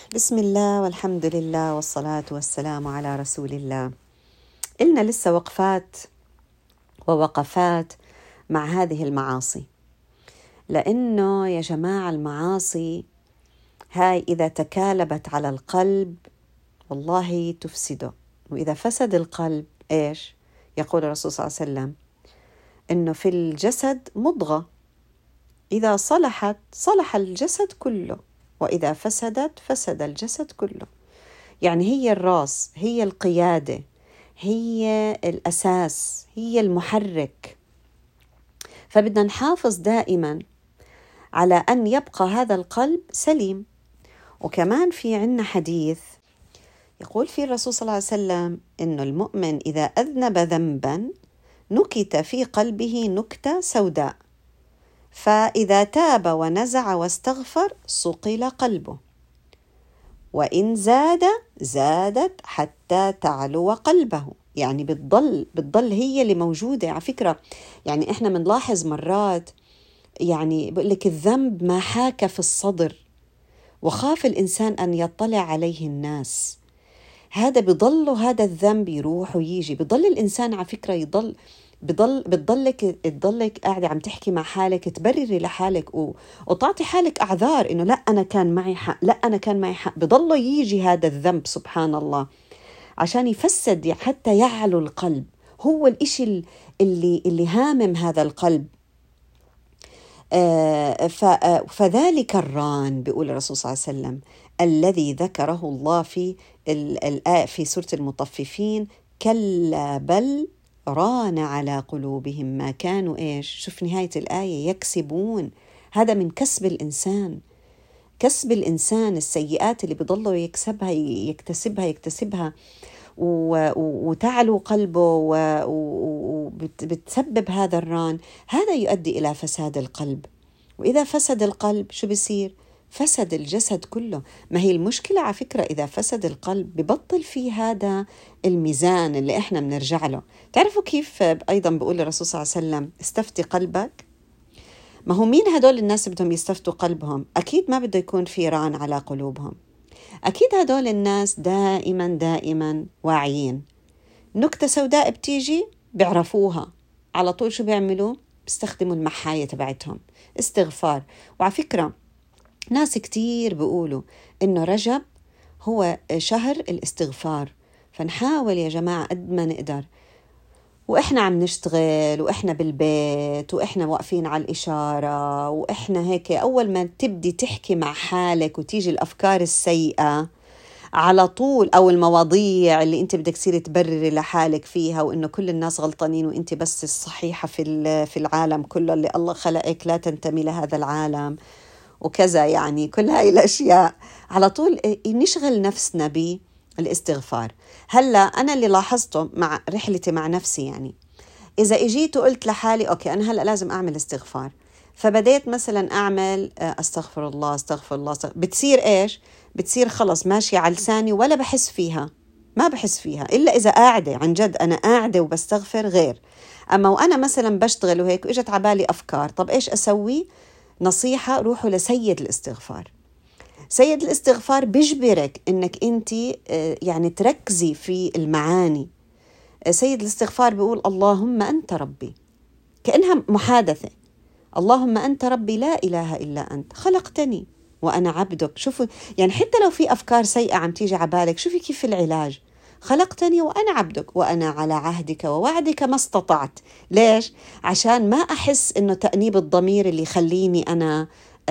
بسم الله والحمد لله والصلاة والسلام على رسول الله. إلنا لسه وقفات ووقفات مع هذه المعاصي، لأنه يا جماعة المعاصي هاي إذا تكالبت على القلب والله تفسده. وإذا فسد القلب إيش؟ يقول الرسول صلى الله عليه وسلم إنه في الجسد مضغة، إذا صلحت صلح الجسد كله، وإذا فسدت فسد الجسد كله. يعني هي الرأس، هي القيادة، هي الأساس، هي المحرك. فبدنا نحافظ دائما على أن يبقى هذا القلب سليم. وكمان في عنا حديث يقول فيه الرسول صلى الله عليه وسلم إنه المؤمن إذا أذنب ذنبا نكت في قلبه نكتة سوداء، فإذا تاب ونزع واستغفر صقل قلبه، وإن زادت حتى تعلو قلبه. يعني بتضل هي اللي موجودة. على فكرة يعني إحنا منلاحظ مرات، يعني بقول لك الذنب ما حاك في الصدر وخاف الإنسان أن يطلع عليه الناس، هذا بضله، هذا الذنب يروح ويجي، بضل الإنسان على فكرة بتضلك قاعدة عم تحكي مع حالك، تبرري لحالك وتعطي حالك أعذار إنه لا أنا كان معي حق، لا أنا كان معي حق. بضله يجي هذا الذنب سبحان الله عشان يفسد حتى يعلو القلب. هو الإشي اللي هامم هذا القلب. فذلك الران، بيقول الرسول صلى الله عليه وسلم، الذي ذكره الله في سورة المطففين: كلا بل ران على قلوبهم ما كانوا إيش. شوف نهاية الآية: يكسبون. هذا من كسب الإنسان، كسب الإنسان السيئات اللي بيضله يكتسبها وتعلو قلبه وبتسبب هذا الران. هذا يؤدي إلى فساد القلب، وإذا فسد القلب شو بيصير؟ فسد الجسد كله. ما هي المشكلة على فكرة؟ إذا فسد القلب ببطل فيه هذا الميزان اللي إحنا بنرجع له. تعرفوا كيف أيضا بيقول الرسول صلى الله عليه وسلم: استفتي قلبك. ما هو مين هدول الناس بدهم يستفتوا قلبهم؟ أكيد ما بده يكون في ران على قلوبهم. أكيد هدول الناس دائما واعيين. نكتة سوداء بتيجي بيعرفوها على طول. شو بيعملوا؟ بيستخدموا المحاية تبعتهم، استغفار. وعلى فكرة ناس كتير بيقولوا إنه رجب هو شهر الاستغفار، فنحاول يا جماعة قد ما نقدر، وإحنا عم نشتغل، وإحنا بالبيت، وإحنا واقفين على الإشارة، وإحنا هيك أول ما تبدي تحكي مع حالك وتيجي الأفكار السيئة على طول، أو المواضيع اللي أنت بدك تصير تبرري لحالك فيها وإنه كل الناس غلطانين وأنت بس الصحيحة في العالم كله، اللي الله خلقك لا تنتمي لهذا العالم وكذا، يعني كل هاي الأشياء على طول نشغل نفسنا بالاستغفار. هلأ أنا اللي لاحظته مع رحلتي مع نفسي، يعني إذا إجيت وقلت لحالي أوكي أنا هلأ لازم أعمل استغفار، فبديت مثلا أعمل أستغفر الله أستغفر الله بتصير إيش؟ بتصير خلص ماشي على لساني ولا بحس فيها، ما بحس فيها إلا إذا قاعدة عن جد، أنا قاعدة وبستغفر غير. أما وأنا مثلا بشتغل وهيك وإجت عبالي أفكار، طب إيش أسوي؟ نصيحة: روحوا لسيد الاستغفار. سيد الاستغفار بيجبرك إنك أنت يعني تركزي في المعاني. سيد الاستغفار بيقول: اللهم أنت ربي، كأنها محادثة. اللهم أنت ربي لا إله إلا أنت خلقتني وأنا عبدك. شوفوا يعني حتى لو في أفكار سيئة عم تيجي عبالك، شوفي كيف العلاج: خلقتني وأنا عبدك وأنا على عهدك ووعدك ما استطعت. ليش؟ عشان ما أحس إنه تأنيب الضمير اللي يخليني أنا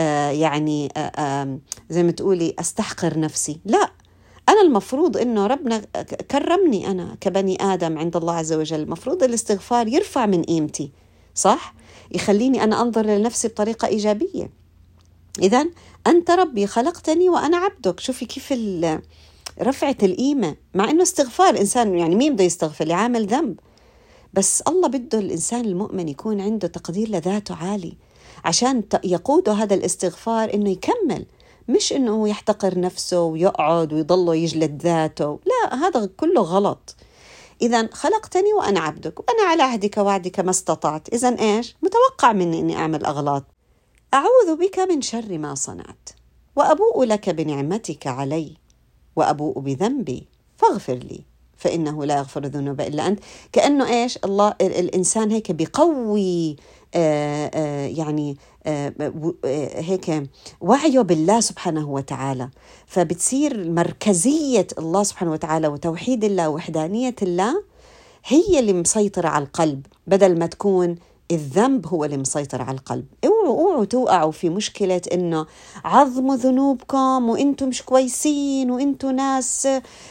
زي ما تقولي أستحقر نفسي. لا، أنا المفروض إنه ربنا كرمني أنا كبني آدم عند الله عز وجل، المفروض الاستغفار يرفع من قيمتي، صح؟ يخليني أنا أنظر لنفسي بطريقة إيجابية. إذن أنت ربي خلقتني وأنا عبدك. شوفي كيف رفعة القيمة، مع إنه استغفار إنسان، يعني مين بده يستغفر اللي عامل ذنب؟ بس الله بده الإنسان المؤمن يكون عنده تقدير لذاته عالي، عشان يقوده هذا الاستغفار إنه يكمل، مش إنه يحتقر نفسه ويقعد ويضله يجلد ذاته. لا، هذا كله غلط. إذن خلقتني وأنا عبدك وأنا على عهدك ووعدك ما استطعت. إذن إيش؟ متوقع مني إني أعمل أغلاط. أعوذ بك من شر ما صنعت. وأبوء لك بنعمتك علي وأبوء بذنبي فاغفر لي فإنه لا يغفر الذنوب إلا أنت. كأنه إيش الله الإنسان هيك بيقوي يعني هيك وعيه بالله سبحانه وتعالى، فبتصير مركزية الله سبحانه وتعالى وتوحيد الله ووحدانية الله هي اللي مسيطرة على القلب، بدل ما تكون الذنب هو اللي مسيطر على القلب. اوعوا توقعوا في مشكلة انه عظموا ذنوبكم وانتم مش كويسين وانتم ناس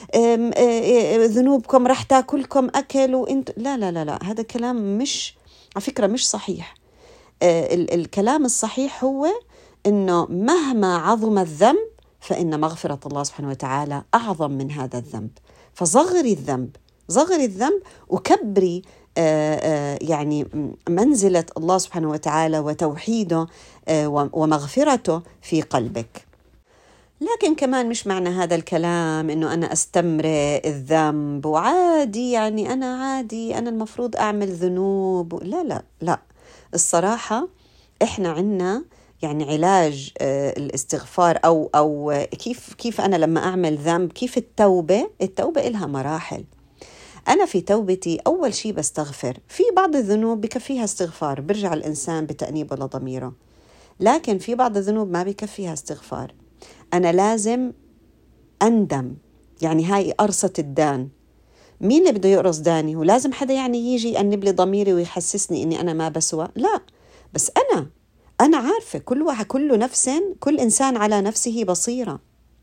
ذنوبكم رح تاكلكم اكل وانتم لا لا لا لا، هذا كلام مش على فكرة مش صحيح. الكلام الصحيح هو انه مهما عظم الذنب فإن مغفرة الله سبحانه وتعالى أعظم من هذا الذنب. فصغري الذنب وكبري يعني منزلة الله سبحانه وتعالى وتوحيده ومغفرته في قلبك. لكن كمان مش معنى هذا الكلام إنه أنا أستمر الذنب وعادي، يعني أنا عادي، أنا المفروض أعمل ذنوب. لا لا لا، الصراحة إحنا عنا يعني علاج الاستغفار أو كيف أنا لما أعمل ذنب، كيف التوبة إلها مراحل. أنا في توبتي أول شيء بستغفر، في بعض الذنوب بكفيها استغفار، برجع الإنسان بتأنيبه لضميره، لكن في بعض الذنوب ما بكفيها استغفار. أنا لازم أندم، يعني هاي قرصة الدان. مين اللي بده يقرص داني؟ ولازم حدا يعني يجي يأنب لي ضميري ويحسسني إني أنا ما بسوى؟ لا، بس أنا عارفة كل إنسان على نفسه بصيرة.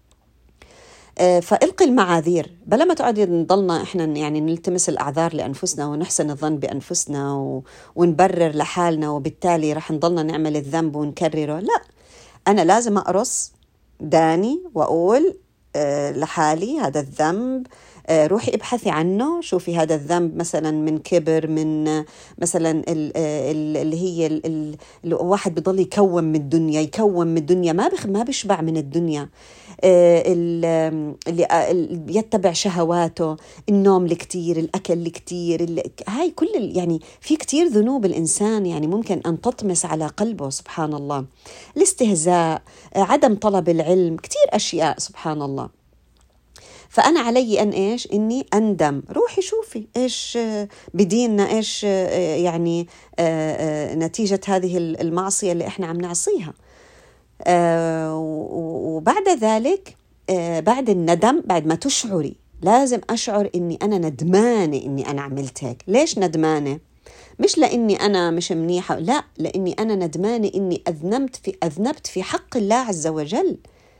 فإلقي المعاذير، بلا ما تقعدي نضلنا إحنا يعني نلتمس الأعذار لأنفسنا ونحسن الظن بأنفسنا ونبرر لحالنا، وبالتالي رح نضلنا نعمل الذنب ونكرره. لا، أنا لازم أقرص داني وأقول لحالي هذا الذنب، روحي ابحثي عنه، شوفي هذا الذنب مثلا من كبر، من مثلا اللي هي الواحد بيضل يكون من الدنيا ما بيشبع من الدنيا، اللي يتبع شهواته، النوم الكتير، الأكل الكتير، هاي كل يعني في كتير ذنوب الإنسان يعني ممكن أن تطمس على قلبه. سبحان الله، الاستهزاء، عدم طلب العلم، كتير أشياء سبحان الله. فأنا علي إني أندم. روحي شوفي إيش بديننا، إيش يعني نتيجة هذه المعصية اللي إحنا عم نعصيها. وبعد ذلك بعد الندم، بعد ما تشعري، لازم أشعر إني أنا ندمانة إني أنا عملت هيك. ليش ندمانة؟ مش لأني أنا مش منيحة، لا، لأني أنا ندمانة إني أذنبت في حق الله عز وجل.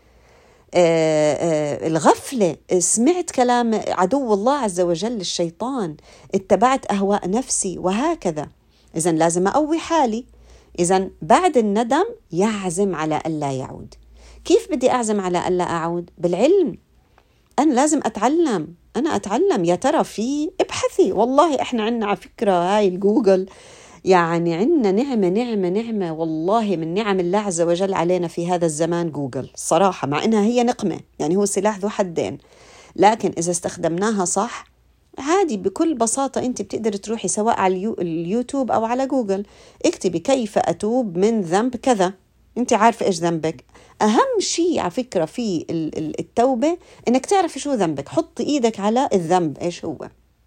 الغفلة، سمعت كلام عدو الله عز وجل الشيطان، اتبعت أهواء نفسي، وهكذا. إذن لازم أقوي حالي. إذن بعد الندم يعزم على ألا يعود. كيف بدي أعزم على ألا أعود؟ بالعلم. أنا لازم أتعلم. يا ترى ابحثي. والله إحنا عنا على فكرة هاي الجوجل، يعني عنا نعمة والله من نعم الله عز وجل علينا في هذا الزمان جوجل صراحة، مع إنها هي نقمة، يعني هو سلاح ذو حدين، لكن إذا استخدمناها صح عادي بكل بساطة أنت بتقدر تروحي سواء على اليوتيوب أو على جوجل، اكتبي كيف أتوب من ذنب كذا، أنت عارفة إيش ذنبك. أهم شيء على فكرة في التوبة إنك تعرفي شو ذنبك، حطي إيدك على الذنب إيش هو،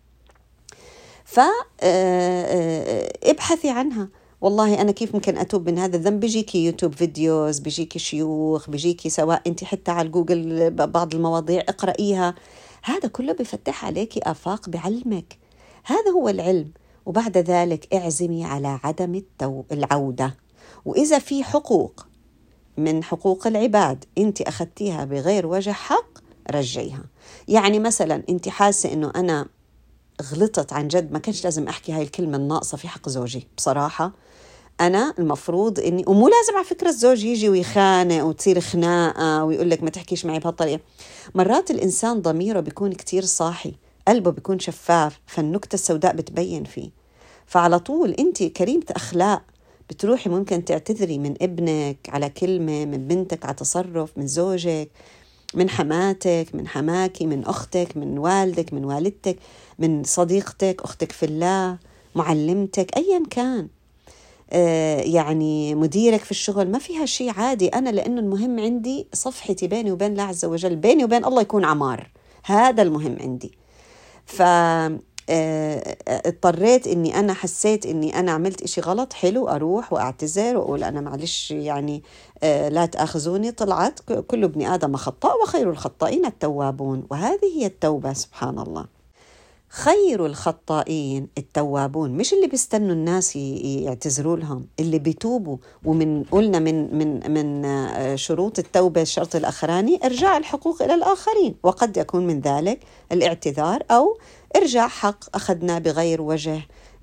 فابحثي عنها. والله أنا كيف ممكن أتوب من هذا الذنب؟ بيجيكي يوتيوب فيديوز، بيجيكي شيوخ، بيجيكي سواء أنت حتى على جوجل بعض المواضيع اقرأيها، هذا كله بيفتح عليكي آفاق بعلمك. هذا هو العلم. وبعد ذلك اعزمي على عدم العودة. وإذا في حقوق من حقوق العباد أنت أخذتيها بغير وجه حق، رجعيها. يعني مثلا أنت حاسة أنه أنا غلطت عن جد، ما كانش لازم أحكي هاي الكلمة الناقصة في حق زوجي، بصراحة أنا المفروض إني، ومو لازم على فكرة الزوج يجي ويخانق وتصير خناقة ويقول لك ما تحكيش معي بهالطريقة. مرات الإنسان ضميره بيكون كتير صاحي، قلبه بيكون شفاف، فالنكتة السوداء بتبين فيه. فعلى طول أنت كريمة أخلاق بتروحي ممكن تعتذري من ابنك على كلمة، من بنتك على تصرف، من زوجك، من حماتك، من حماكي، من أختك، من والدك، من والدتك، من صديقتك، أختك في الله، معلمتك، أيا كان. يعني مديرك في الشغل، ما فيها شيء، عادي. أنا لأنه المهم عندي صفحتي بيني وبين الله عز وجل، بيني وبين الله يكون عمار، هذا المهم عندي. اضطريت إني أنا حسيت إني أنا عملت إشي غلط، حلو، أروح وأعتذر وأقول أنا معلش يعني لا تأخذوني. طلعت كل ابن آدم خطاء وخير الخطائين التوابون، وهذه هي التوبة. سبحان الله، خير الخطائين التوابون، مش اللي بيستنوا الناس يعتذروا لهم، اللي بيتوبوا. ومن قلنا من شروط التوبة الشرط الأخراني إرجاع الحقوق إلى الآخرين، وقد يكون من ذلك الاعتذار أو إرجاع حق أخذنا بغير وجه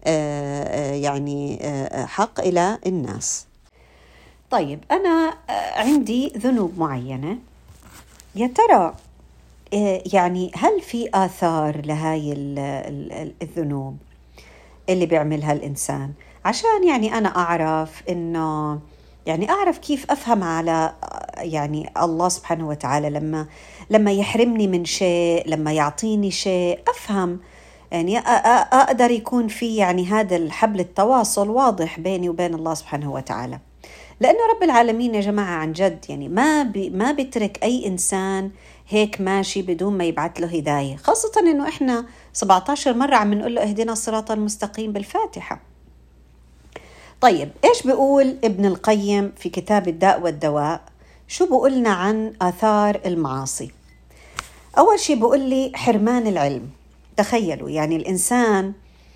يعني حق إلى الناس. طيب، أنا عندي ذنوب معينة، يا ترى يعني هل في آثار لهاي الذنوب اللي بيعملها الإنسان، عشان يعني أنا أعرف إنه يعني أعرف كيف أفهم على يعني الله سبحانه وتعالى لما يحرمني من شيء، لما يعطيني شيء، أفهم يعني أقدر يكون في يعني هذا الحبل التواصل واضح بيني وبين الله سبحانه وتعالى. لأنه رب العالمين يا جماعة عن جد يعني ما بيترك أي إنسان هيك ماشي بدون ما يبعث له هداية، خاصة إنه إحنا 17 مرة عم نقول له اهدنا الصراط المستقيم بالفاتحة. طيب، إيش بيقول ابن القيم في كتاب الداء والدواء؟ شو بيقولنا عن آثار المعاصي؟ أول شيء بيقول لي حرمان العلم. تخيلوا يعني الإنسان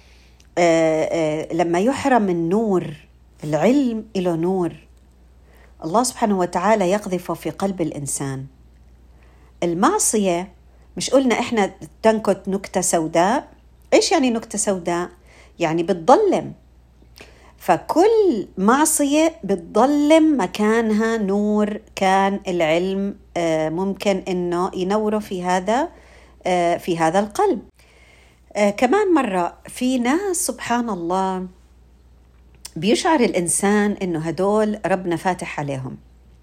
لما يحرم النور، العلم له نور، الله سبحانه وتعالى يقذفه في قلب الإنسان. المعصية، مش قلنا إحنا تنكت نكتة سوداء؟ إيش يعني نكتة سوداء؟ يعني بتضلم. فكل معصية بتضلم مكانها نور كان العلم ممكن إنه ينوره في هذا القلب. كمان مرة في ناس سبحان الله بيشعر الإنسان إنه هدول ربنا فاتح عليهم،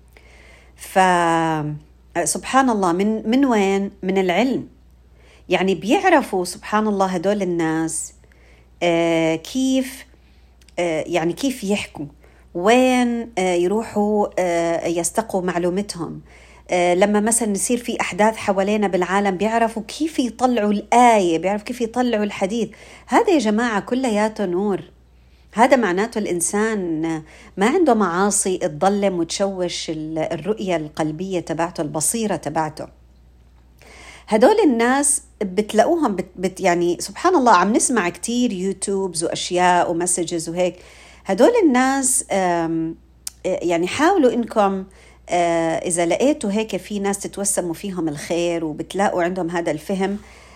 فسبحان الله من وين؟ من العلم. يعني بيعرفوا سبحان الله هدول الناس كيف يعني كيف يحكوا، وين يروحوا يستقوا معلومتهم. لما مثلا يصير في أحداث حوالينا بالعالم بيعرفوا كيف يطلعوا الآية، بيعرفوا كيف يطلعوا الحديث. هذا يا جماعة كلياته نور. هذا معناته الإنسان ما عنده معاصي تضلم وتشوش الرؤية القلبية تبعته، البصيرة تبعته. هدول الناس بتلاقوهم يعني سبحان الله عم نسمع كتير يوتيوبز وأشياء ومسجز وهيك. هدول الناس يعني حاولوا إنكم إذا لقيتوا هيك في ناس تتوسموا فيهم الخير وبتلاقوا عندهم هذا الفهم،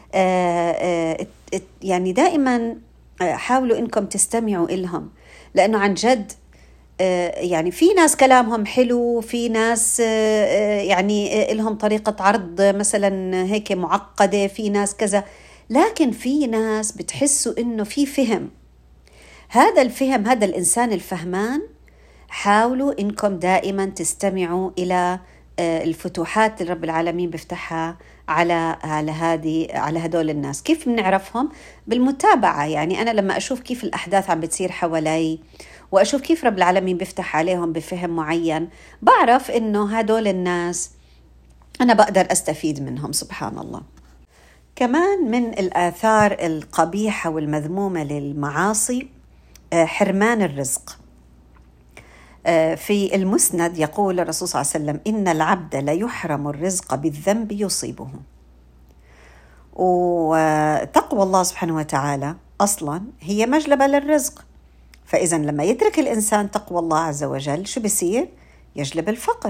يعني دائما حاولوا إنكم تستمعوا إلهم، لأنه عن جد يعني في ناس كلامهم حلو، في ناس يعني لهم طريقة عرض مثلا هيك معقدة، في ناس كذا، لكن في ناس بتحسوا إنه في فهم. هذا الفهم، هذا الإنسان الفهمان، حاولوا إنكم دائما تستمعوا إلى الفتوحات اللي رب العالمين بيفتحها على هدول الناس. كيف بنعرفهم؟ بالمتابعة. يعني أنا لما أشوف كيف الأحداث عم بتصير حوالي وأشوف كيف رب العالمين بيفتح عليهم بفهم معين، بعرف إنه هدول الناس أنا بقدر أستفيد منهم. سبحان الله. كمان من الآثار القبيحة والمذمومة للمعاصي حرمان الرزق. في المسند يقول الرسول صلى الله عليه وسلم: إن العبد لا يحرم الرزق بالذنب يصيبه. وتقوى الله سبحانه وتعالى أصلا هي مجلبة للرزق، فإذا لما يترك الإنسان تقوى الله عز وجل شو بيصير؟ يجلب الفقر.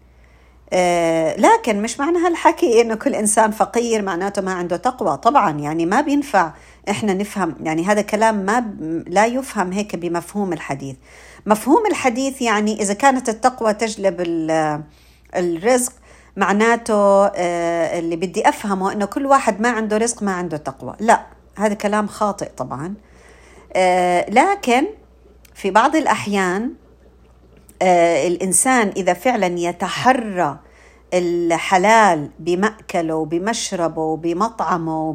لكن مش معنى هالحكي إنه كل إنسان فقير معناته ما عنده تقوى. طبعا يعني ما بينفع إحنا نفهم، يعني هذا كلام لا يفهم هيك بمفهوم الحديث. مفهوم الحديث يعني إذا كانت التقوى تجلب الرزق، معناته اللي بدي أفهمه إنه كل واحد ما عنده رزق ما عنده تقوى. لا، هذا كلام خاطئ طبعا. لكن في بعض الأحيان الإنسان إذا فعلا يتحرى الحلال بمأكله بمشربه بمطعمه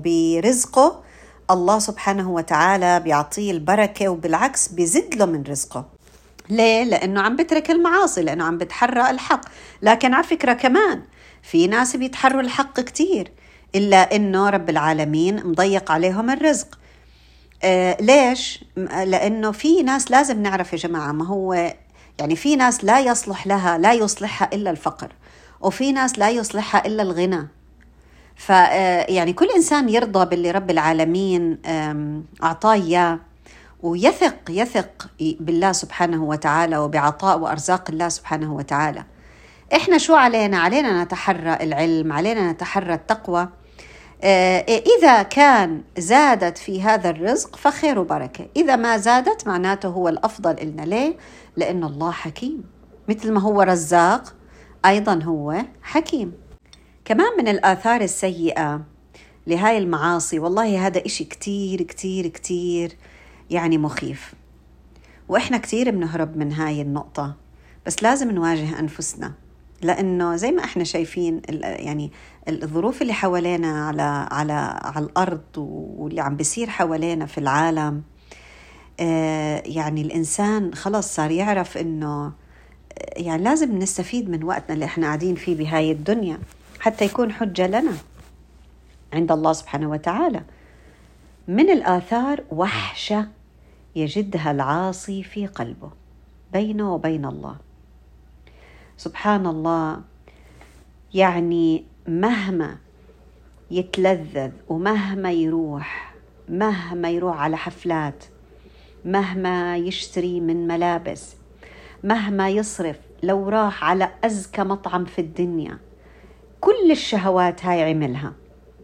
برزقه، الله سبحانه وتعالى بيعطيه البركة، وبالعكس بيزيد له من رزقه. ليه؟ لأنه عم بترك المعاصي، لأنه عم بتحرى الحق. لكن على فكرة كمان في ناس بيتحروا الحق كتير، إلا إنه رب العالمين مضيق عليهم الرزق. ليش؟ لأنه في ناس لازم نعرف يا جماعة، ما هو يعني في ناس لا يصلحها إلا الفقر، وفي ناس لا يصلحها إلا الغنى. يعني كل إنسان يرضى باللي رب العالمين أعطاه إياه، ويثق بالله سبحانه وتعالى وبعطاء وأرزاق الله سبحانه وتعالى. إحنا شو علينا نتحرى العلم، علينا نتحرى التقوى. إذا كان زادت في هذا الرزق فخير وبركة، إذا ما زادت معناته هو الأفضل إلنا. ليه؟ لأن الله حكيم، مثل ما هو رزاق أيضا هو حكيم. كمان من الآثار السيئة لهاي المعاصي، والله هذا إشي كتير كتير كتير يعني مخيف، وإحنا كتير بنهرب من هاي النقطة، بس لازم نواجه أنفسنا، لأنه زي ما إحنا شايفين يعني الظروف اللي حوالينا على الأرض واللي عم بيصير حوالينا في العالم. يعني الإنسان خلص صار يعرف إنه يعني لازم نستفيد من وقتنا اللي إحنا قاعدين فيه بهاي الدنيا حتى يكون حجة لنا عند الله سبحانه وتعالى. من الآثار وحشة يجدها العاصي في قلبه بينه وبين الله. سبحان الله، يعني مهما يتلذذ ومهما يروح على حفلات، مهما يشتري من ملابس، مهما يصرف، لو راح على أزكى مطعم في الدنيا، كل الشهوات هاي عملها،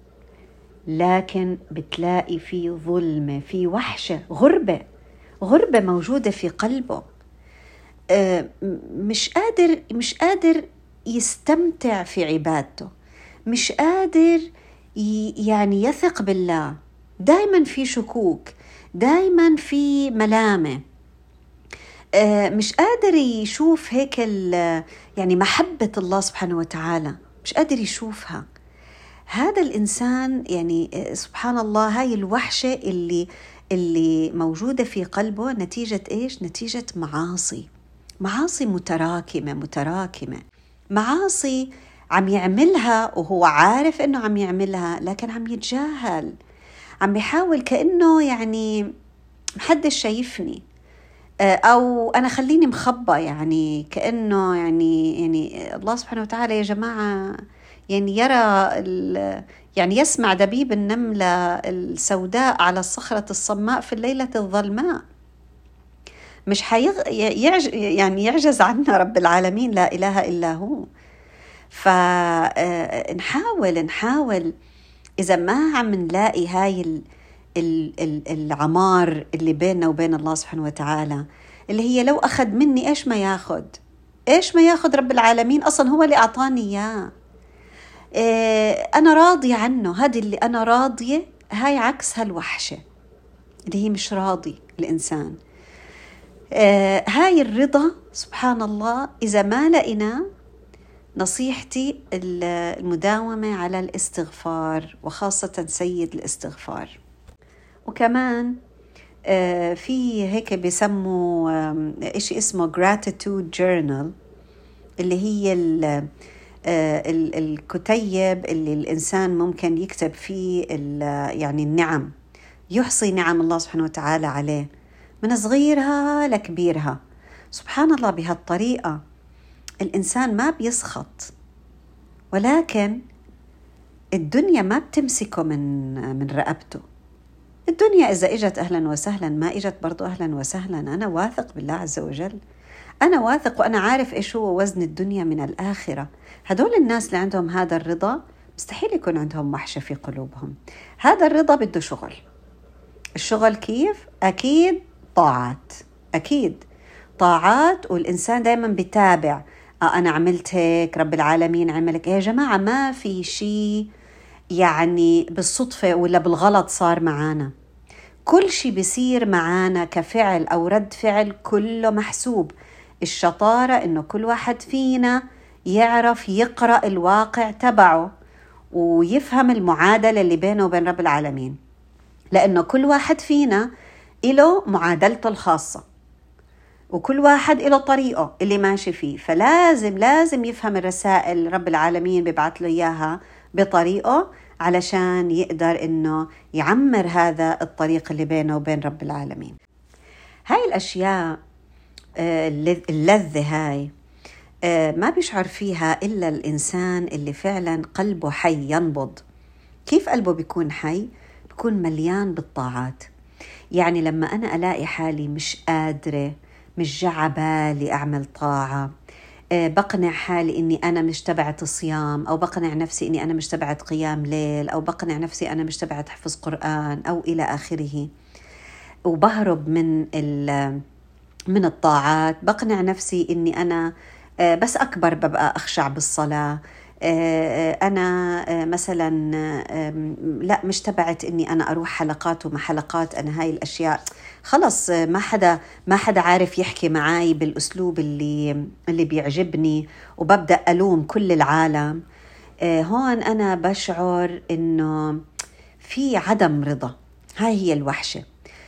لكن بتلاقي في ظلمة، في وحشة، غربة موجودة في قلبه. مش قادر يستمتع في عبادته، مش قادر يعني يثق بالله، دايما في شكوك، دايما في ملامة، مش قادر يشوف هيك يعني محبة الله سبحانه وتعالى، مش قادر يشوفها. هذا الإنسان يعني سبحان الله، هاي الوحشة اللي موجودة في قلبه نتيجة إيش؟ نتيجة معاصي متراكمة، معاصي عم يعملها وهو عارف إنه عم يعملها، لكن عم يتجاهل، عم يحاول كأنه يعني محدش شايفني، أو أنا خليني مخبى، يعني كأنه يعني الله سبحانه وتعالى يا جماعة يعني يعني يسمع دبيب النملة السوداء على الصخرة الصماء في الليلة الظلماء. مش يعني يعجز عنا رب العالمين، لا إله إلا هو. فنحاول إذا ما عم نلاقي هاي العمار اللي بيننا وبين الله سبحانه وتعالى، اللي هي لو أخذ مني إيش ما ياخد رب العالمين، أصلا هو اللي أعطاني إياه، أنا راضية عنه، هذه اللي أنا راضية، هاي عكس هالوحشة اللي هي مش راضي الإنسان. هاي الرضا سبحان الله إذا ما لقينا، نصيحتي المداومة على الاستغفار، وخاصة سيد الاستغفار. وكمان في هيك بيسموا إشي اسمه gratitude journal، اللي هي الكتيب اللي الإنسان ممكن يكتب فيه يعني النعم، يحصي نعم الله سبحانه وتعالى عليه من صغيرها لكبيرها. سبحان الله، بهالطريقة الإنسان ما بيسخط، ولكن الدنيا ما بتمسكه من رقبته. الدنيا إذا إجت أهلا وسهلا، ما إجت برضو أهلا وسهلا. أنا واثق بالله عز وجل، أنا واثق وأنا عارف إيش هو وزن الدنيا من الآخرة. هدول الناس اللي عندهم هذا الرضا مستحيل يكون عندهم وحشة في قلوبهم. هذا الرضا بده شغل. الشغل كيف؟ أكيد طاعات، والإنسان دايما بيتابع، أنا عملت هيك، رب العالمين عملك. يا جماعة ما في شيء يعني بالصدفة ولا بالغلط صار معانا، كل شيء بيصير معانا كفعل أو رد فعل كله محسوب. الشطارة إنه كل واحد فينا يعرف يقرأ الواقع تبعه ويفهم المعادلة اللي بينه وبين رب العالمين، لأنه كل واحد فينا له معادلته الخاصة. وكل واحد له طريقه اللي ماشي فيه، فلازم يفهم الرسائل رب العالمين ببعث له إياها بطريقه علشان يقدر إنه يعمر هذا الطريق اللي بينه وبين رب العالمين. هاي الأشياء اللذة هاي ما بيشعر فيها إلا الإنسان اللي فعلا قلبه حي ينبض. كيف قلبه بيكون حي؟ بيكون مليان بالطاعات. يعني لما أنا ألاقي حالي مش قادرة، مش جعبالي أعمل طاعة، بقنع حالي إني أنا مش تبعت الصيام، أو بقنع نفسي إني أنا مش تبعت قيام ليل، أو بقنع نفسي أنا مش تبعت حفظ قرآن أو إلى آخره، وبهرب من الطاعات، بقنع نفسي إني أنا بس أكبر ببقى أخشع بالصلاة، أنا مثلا لا مش تبعت إني أنا أروح حلقات وما حلقات، أنا هاي الأشياء خلص ما حدا عارف يحكي معاي بالأسلوب اللي بيعجبني، وببدأ ألوم كل العالم. هون أنا بشعر إنه في عدم رضا. هاي هي الوحشة.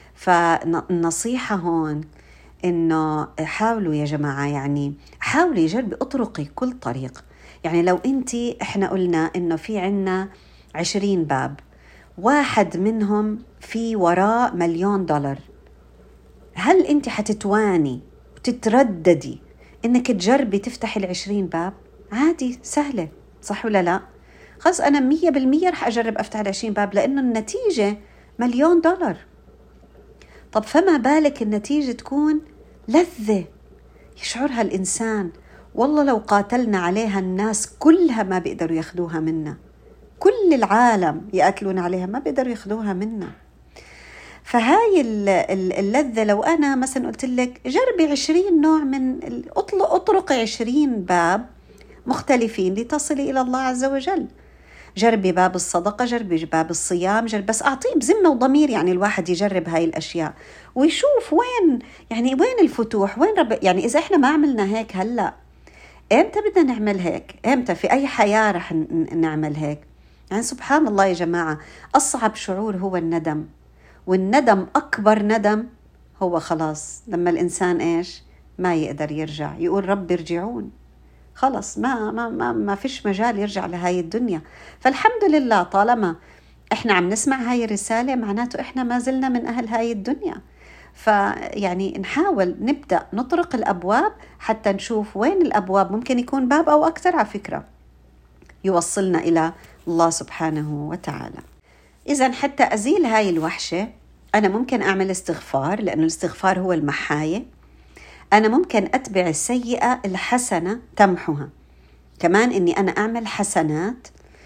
فالنصيحة هون إنه حاولوا يا جماعة، يعني حاولوا يجربوا اطرقي كل طريق. يعني لو إحنا قلنا إنه في عنا 20 باب، واحد منهم في وراء $1,000,000، هل أنت حتتواني وتترددي إنك تجربي تفتح 20 باب؟ عادي، سهلة، صح ولا لا؟ خلاص أنا 100% رح أجرب أفتح 20 باب، لأنه النتيجة $1,000,000. طب فما بالك النتيجة تكون لذة يشعرها الإنسان، والله لو قاتلنا عليها الناس كلها ما بيقدروا ياخدوها منا، كل العالم يقاتلون عليها ما بيقدروا ياخدوها منا. فهاي اللذة، لو أنا مثلا قلت لك جربي 20 نوع من أطرق 20 باب مختلفين لتصلي إلى الله عز وجل. جربي باب الصدقة، جربي باب الصيام، بس أعطيه بذمة وضمير، يعني الواحد يجرب هاي الأشياء ويشوف وين الفتوح، وين يعني إذا إحنا ما عملنا هيك هلأ، إمتى بدنا نعمل هيك؟ إمتى في أي حياة رح نعمل هيك؟ يعني سبحان الله يا جماعة، أصعب شعور هو الندم، والندم أكبر ندم هو خلاص لما الإنسان ما يقدر يرجع، يقول رب ارجعون، خلص ما فيش مجال يرجع لهاي الدنيا. فالحمد لله طالما إحنا عم نسمع هاي الرسالة، معناته إحنا ما زلنا من أهل هاي الدنيا. فيعني نحاول نبدأ نطرق الأبواب حتى نشوف وين الأبواب، ممكن يكون باب أو أكثر على فكرة يوصلنا إلى الله سبحانه وتعالى. إذن حتى أزيل هاي الوحشة أنا ممكن أعمل استغفار، لأنه الاستغفار هو المحاية. أنا ممكن أتبع السيئة الحسنة تمحها، كمان إني أنا أعمل حسنات.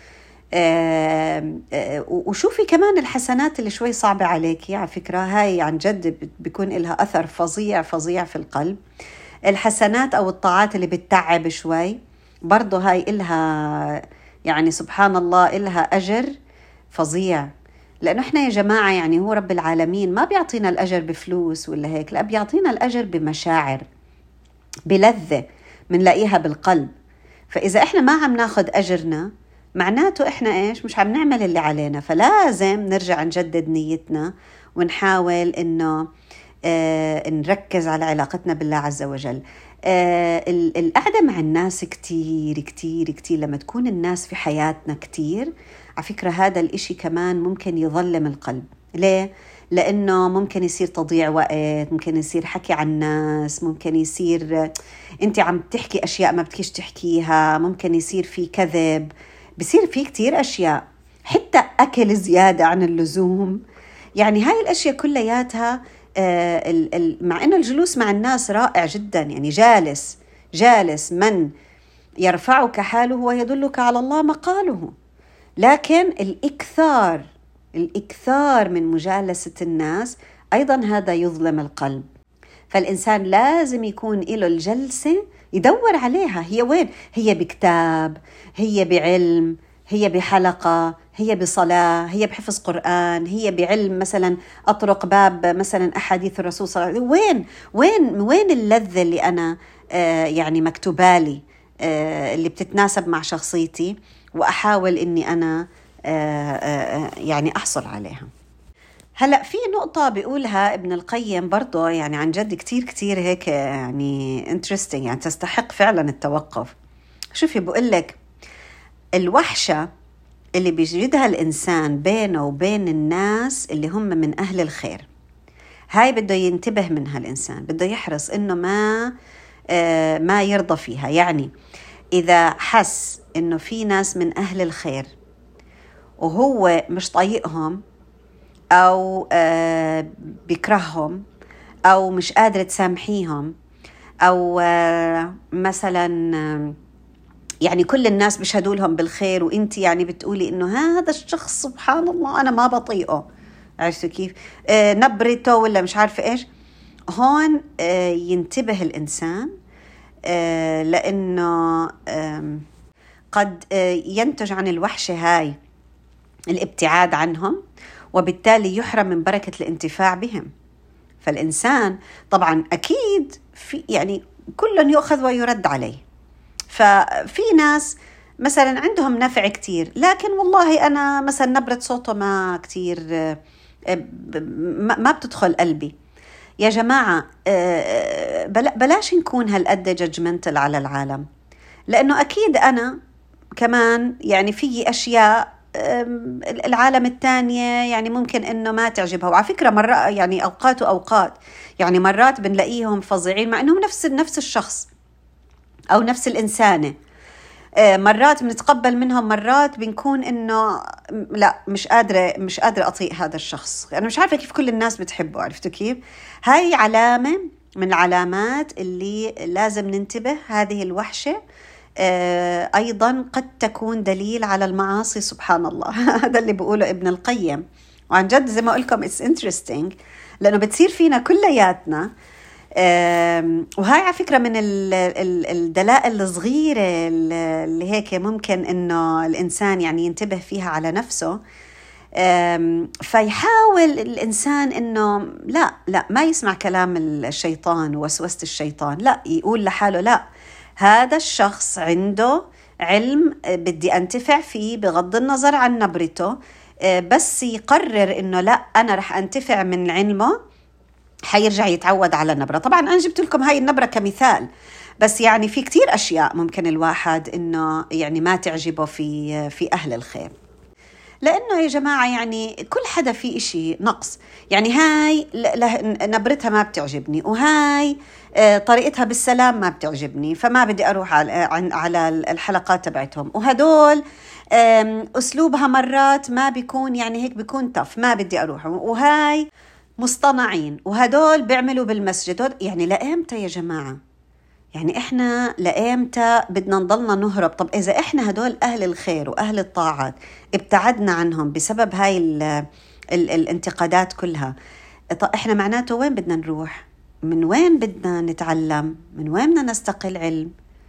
وشوفي كمان الحسنات اللي شوي صعبة عليك، على فكرة هاي عن جد بيكون لها أثر فظيع في القلب. الحسنات أو الطاعات اللي بتتعب شوي برضو هاي إلها، يعني سبحان الله إلها أجر فظيع. لأنه إحنا يا جماعة يعني هو رب العالمين ما بيعطينا الأجر بفلوس ولا هيك، لا، بيعطينا الأجر بمشاعر، بلذة منلاقيها بالقلب. فإذا إحنا ما عم ناخد أجرنا، معناته إحنا مش عم نعمل اللي علينا. فلازم نرجع نجدد نيتنا ونحاول إنه نركز على علاقتنا بالله عز وجل. القعدة مع الناس كتير كتير كتير، لما تكون الناس في حياتنا كتير، على فكرة هذا الإشي كمان ممكن يظلم القلب. ليه؟ لأنه ممكن يصير تضييع وقت، ممكن يصير حكي عن الناس، ممكن يصير أنت عم تحكي أشياء ما بدكيش تحكيها، ممكن يصير في كذب، بيصير في كتير أشياء، حتى أكل زيادة عن اللزوم. يعني هاي الأشياء كلياتها مع أنه الجلوس مع الناس رائع جدا، يعني جالس من يرفعك حاله ويدلك على الله مقاله، لكن الإكثار من مجالسة الناس أيضا هذا يظلم القلب. فالإنسان لازم يكون له الجلسة يدور عليها، هي وين؟ هي بكتاب، هي بعلم، هي بحلقة، هي بصلاة، هي بحفظ قرآن، هي بعلم مثلا أطرق باب مثلا أحاديث الرسول صلى الله عليه وسلم. وين اللذة اللي أنا يعني مكتوبالي، اللي بتتناسب مع شخصيتي، وأحاول إني أنا يعني أحصل عليها. هلأ في نقطة بيقولها ابن القيم برضه يعني عن جد كتير هيك يعني interesting، يعني تستحق فعلا التوقف. شوفي بقول لك، الوحشة اللي بيجدها الإنسان بينه وبين الناس اللي هم من أهل الخير، هاي بده ينتبه منها الإنسان، بده يحرص إنه ما يرضى فيها. يعني إذا حس إنه في ناس من أهل الخير وهو مش طايقهم أو بيكرههم أو مش قادرة تسامحيهم، أو مثلا يعني كل الناس بيشهدوا لهم بالخير وإنتي يعني بتقولي إنه هذا الشخص سبحان الله أنا ما بطيقه، عرفتوا كيف؟ نبرته ولا مش عارفة إيش. هون ينتبه الإنسان، لأنه قد ينتج عن الوحشة هاي الابتعاد عنهم، وبالتالي يحرم من بركة الانتفاع بهم. فالإنسان طبعا أكيد في يعني كل يؤخذ ويرد عليه. ففي ناس مثلا عندهم نفع كتير، لكن والله أنا مثلا نبرة صوته ما كتير ما بتدخل قلبي. يا جماعة بلاش نكون هالقد ججمنتل على العالم، لأنه أكيد أنا كمان يعني في أشياء العالم الثانية يعني ممكن إنه ما تعجبها. وعلى فكرة مرة يعني أوقات وأوقات، يعني مرات بنلاقيهم فظيعين مع إنهم نفس الشخص أو نفس الإنسانة. مرات بنتقبل منهم، مرات بنكون إنه لا مش قادرة أطيق هذا الشخص. أنا مش عارفة كيف كل الناس بتحبه، عرفتوا كيف؟ هاي علامة من العلامات اللي لازم ننتبه. هذه الوحشة أيضا قد تكون دليل على المعاصي، سبحان الله. هذا اللي بقوله ابن القيم، وعن جد زي ما أقول لكم it's interesting، لأنه بتصير فينا كلياتنا. وهاي على فكرة من الدلائل الصغيرة اللي هيك ممكن إنه الإنسان يعني ينتبه فيها على نفسه. فيحاول الإنسان إنه لا ما يسمع كلام الشيطان ووسوسة الشيطان، لا يقول لحاله لا، هذا الشخص عنده علم بدي أنتفع فيه بغض النظر عن نبرته، بس يقرر إنه لا أنا رح أنتفع من علمه، حيرجع يتعود على النبرة. طبعا أنا جبت لكم هاي النبرة كمثال، بس يعني في كتير أشياء ممكن الواحد إنه يعني ما تعجبه في أهل الخير. لأنه يا جماعة يعني كل حدا فيه إشي نقص. يعني هاي نبرتها ما بتعجبني، وهاي طريقتها بالسلام ما بتعجبني، فما بدي أروح على الحلقات تبعتهم. وهدول أسلوبها مرات ما بيكون يعني هيك، بيكون طف، ما بدي أروح. وهاي مصطنعين، وهدول بيعملوا بالمسجد. يعني لأمتى يا جماعة؟ يعني إحنا لأمتى بدنا نضلنا نهرب؟ طب إذا إحنا هدول أهل الخير وأهل الطاعات ابتعدنا عنهم بسبب هاي الانتقادات كلها، طب إحنا معناته وين بدنا نروح؟ من وين بدنا نتعلم؟ من وين بدنا نستقل علم؟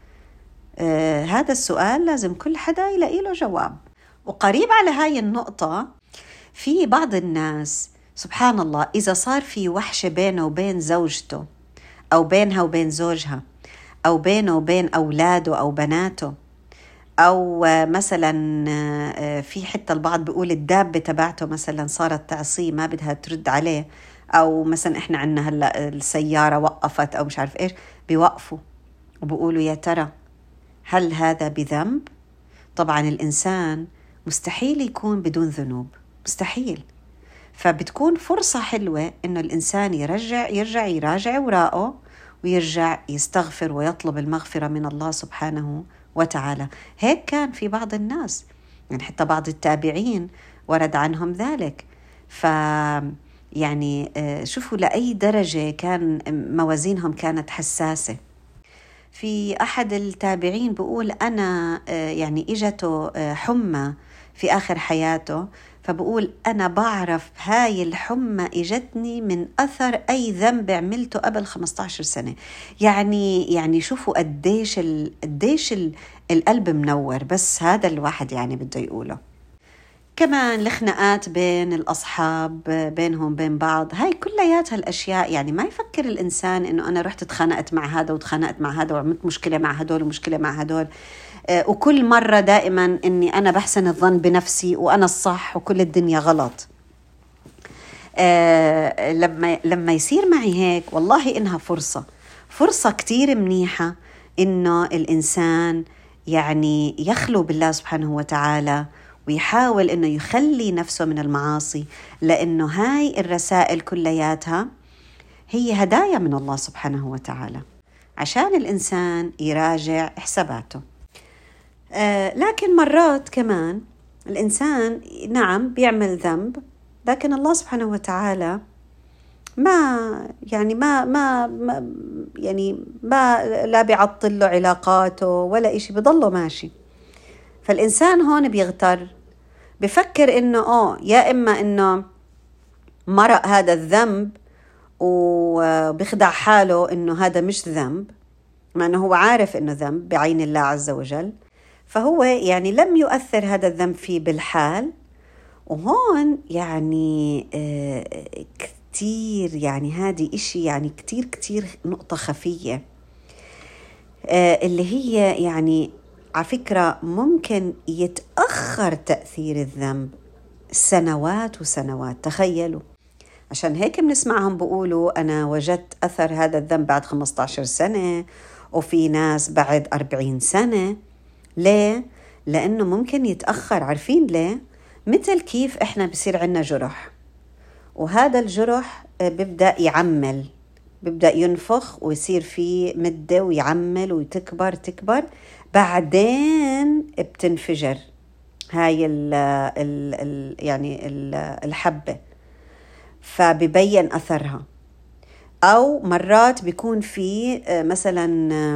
هذا السؤال لازم كل حدا يلاقي له جواب. وقريب على هاي النقطة، في بعض الناس سبحان الله إذا صار في وحشة بينه وبين زوجته، أو بينها وبين زوجها، أو بينه وبين أولاده أو بناته، أو مثلا في حتى البعض بيقول الدابة تبعته مثلا صارت تعصيه ما بدها ترد عليه، أو مثلا إحنا عنا هلأ السيارة وقفت أو مش عارف إيش، بيوقفوا وبيقولوا يا ترى هل هذا بذنب؟ طبعا الإنسان مستحيل يكون بدون ذنوب، مستحيل. فبتكون فرصة حلوة إنه الإنسان يرجع يراجع وراءه، ويرجع يستغفر ويطلب المغفرة من الله سبحانه وتعالى. هيك كان في بعض الناس، يعني حتى بعض التابعين ورد عنهم ذلك. يعني شوفوا لأي درجة كان موازينهم كانت حساسة. في أحد التابعين بيقول أنا يعني إجته حمى في آخر حياته، فبقول أنا بعرف هاي الحمى إجتني من أثر أي ذنب عملته قبل 15 سنة. يعني شوفوا قديش القلب منور. بس هذا الواحد يعني بده يقوله. كمان الخناقات بين الأصحاب بينهم بين بعض، هاي كلياتها الأشياء يعني ما يفكر الإنسان إنه أنا رحت اتخانقت مع هذا واتخانقت مع هذا وعملت مشكلة مع هدول ومشكلة مع هدول، وكل مرة دائما إني أنا بحسن الظن بنفسي وأنا الصح وكل الدنيا غلط. لما يصير معي هيك والله إنها فرصة كتير منيحة إنه الإنسان يعني يخلو بالله سبحانه وتعالى ويحاول إنه يخلي نفسه من المعاصي، لأنه هاي الرسائل كلياتها هي هدايا من الله سبحانه وتعالى عشان الإنسان يراجع حساباته. لكن مرات كمان الإنسان نعم بيعمل ذنب، لكن الله سبحانه وتعالى ما لا بيعطل له علاقاته ولا إشي، بضله ماشي. فالإنسان هون بيغتر، بفكر إنه يا إما إنه مرق هذا الذنب وبيخدع حاله إنه هذا مش ذنب، مع إنه هو عارف إنه ذنب بعين الله عز وجل، فهو يعني لم يؤثر هذا الذنب فيه بالحال. وهون يعني كتير يعني هذه إشي يعني كتير نقطة خفية، اللي هي يعني على فكرة ممكن يتأخر تأثير الذنب سنوات وسنوات. تخيلوا، عشان هيك بنسمعهم بيقولوا أنا وجدت أثر هذا الذنب بعد 15 سنة، وفي ناس بعد 40 سنة. ليه؟ لأنه ممكن يتأخر. عارفين ليه؟ مثل كيف إحنا بصير عنا جرح، وهذا الجرح بيبدأ يعمل، بيبدأ ينفخ ويصير فيه مدة ويعمل وتكبر، بعدين بتنفجر هاي الحبة، فبيبين أثرها. أو مرات بيكون في مثلا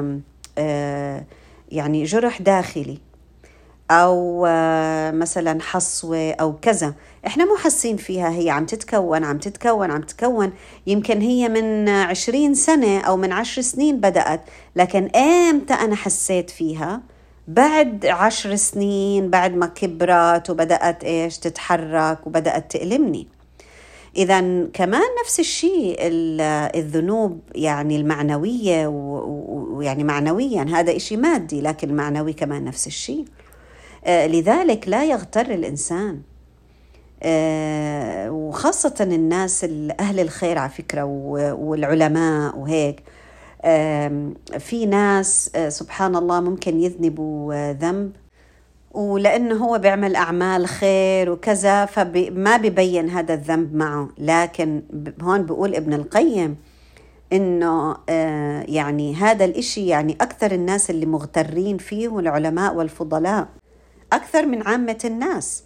يعني جرح داخلي، أو مثلا حصوة أو كذا، إحنا مو حاسين فيها، هي عم تتكون، يمكن هي من 20 سنة أو من 10 سنين بدأت، لكن إمتى أنا حسيت فيها؟ بعد 10 سنين، بعد ما كبرت وبدأت تتحرك وبدأت تألمني. إذن كمان نفس الشيء الذنوب يعني المعنوية، ويعني معنويا هذا إشي مادي، لكن معنوي كمان نفس الشيء. لذلك لا يغتر الإنسان، وخاصة الناس أهل الخير على فكرة والعلماء وهيك. في ناس سبحان الله ممكن يذنبوا ذنب، ولأنه هو بيعمل أعمال خير وكذا فما بيبين هذا الذنب معه. لكن هون بيقول ابن القيم إنه يعني هذا الإشي يعني أكثر الناس اللي مغترين فيه والعلماء والفضلاء أكثر من عامة الناس.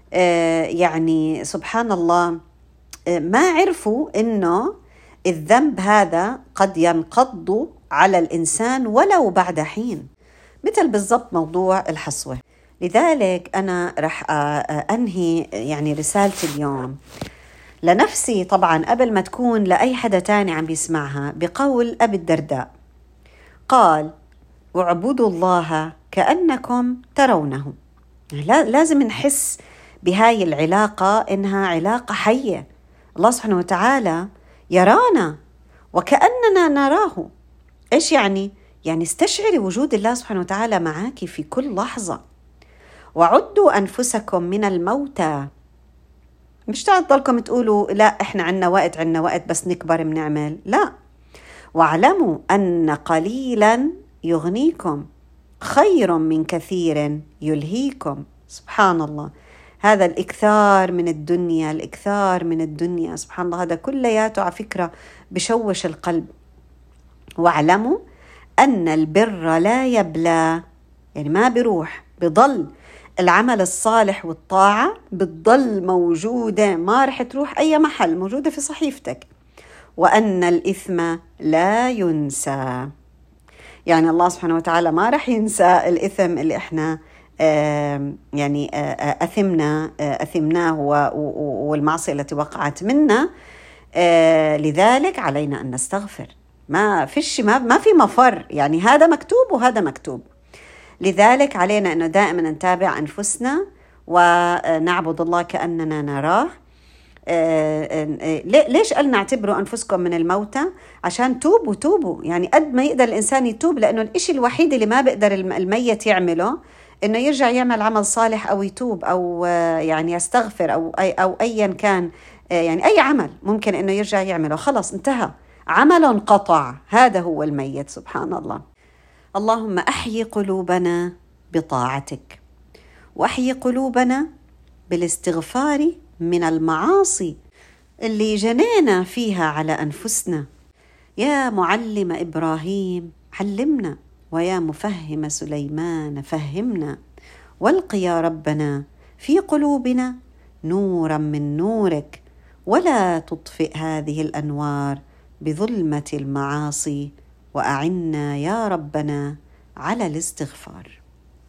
يعني سبحان الله ما عرفوا إنه الذنب هذا قد ينقض على الإنسان ولو بعد حين، مثل بالضبط موضوع الحصوة. لذلك أنا رح أنهي يعني رسالتي اليوم لنفسي طبعا قبل ما تكون لأي حدا تاني عم بيسمعها، بقول أبي الدرداء قال: واعبدوا الله كأنكم ترونه. لازم نحس بهاي العلاقة إنها علاقة حية. الله سبحانه وتعالى يرانا وكأننا نراه. إيش يعني؟ يعني استشعري وجود الله سبحانه وتعالى معك في كل لحظة. وعدوا أنفسكم من الموتى. مش تضلكم تقولوا لا إحنا عنا وقت بس نكبر بنعمل، لا. واعلموا أن قليلا يغنيكم خير من كثير يلهيكم. سبحان الله، هذا الإكثار من الدنيا سبحان الله، هذا كلياته على فكرة بشوش القلب. واعلموا أن البر لا يبلى، يعني ما بيروح، بضل العمل الصالح والطاعة بتضل موجودة، ما رح تروح أي محل، موجودة في صحيفتك. وأن الإثم لا ينسى، يعني الله سبحانه وتعالى ما رح ينسى الإثم اللي إحنا يعني أثمناه والمعصية التي وقعت منا. لذلك علينا أن نستغفر، ما في مفر، يعني هذا مكتوب وهذا مكتوب. لذلك علينا أنه دائما نتابع أنفسنا ونعبد الله كأننا نراه. ليش قلنا اعتبروا أنفسكم من الموتى؟ عشان توبوا، يعني قد ما يقدر الإنسان يتوب، لأنه الإشي الوحيد اللي ما بيقدر الميت يعمله إنه يرجع يعمل عمل صالح أو يتوب أو يعني يستغفر أو أيا كان يعني أي عمل ممكن أنه يرجع يعمله، خلص انتهى، عمل انقطع، هذا هو الميت. سبحان الله. اللهم أحيي قلوبنا بطاعتك، وأحيي قلوبنا بالاستغفار من المعاصي اللي جنينا فيها على أنفسنا. يا معلم إبراهيم علمنا، ويا مفهم سليمان فهمنا، والق يا ربنا في قلوبنا نورا من نورك، ولا تطفئ هذه الأنوار بظلمة المعاصي، وأعنا يا ربنا على الاستغفار.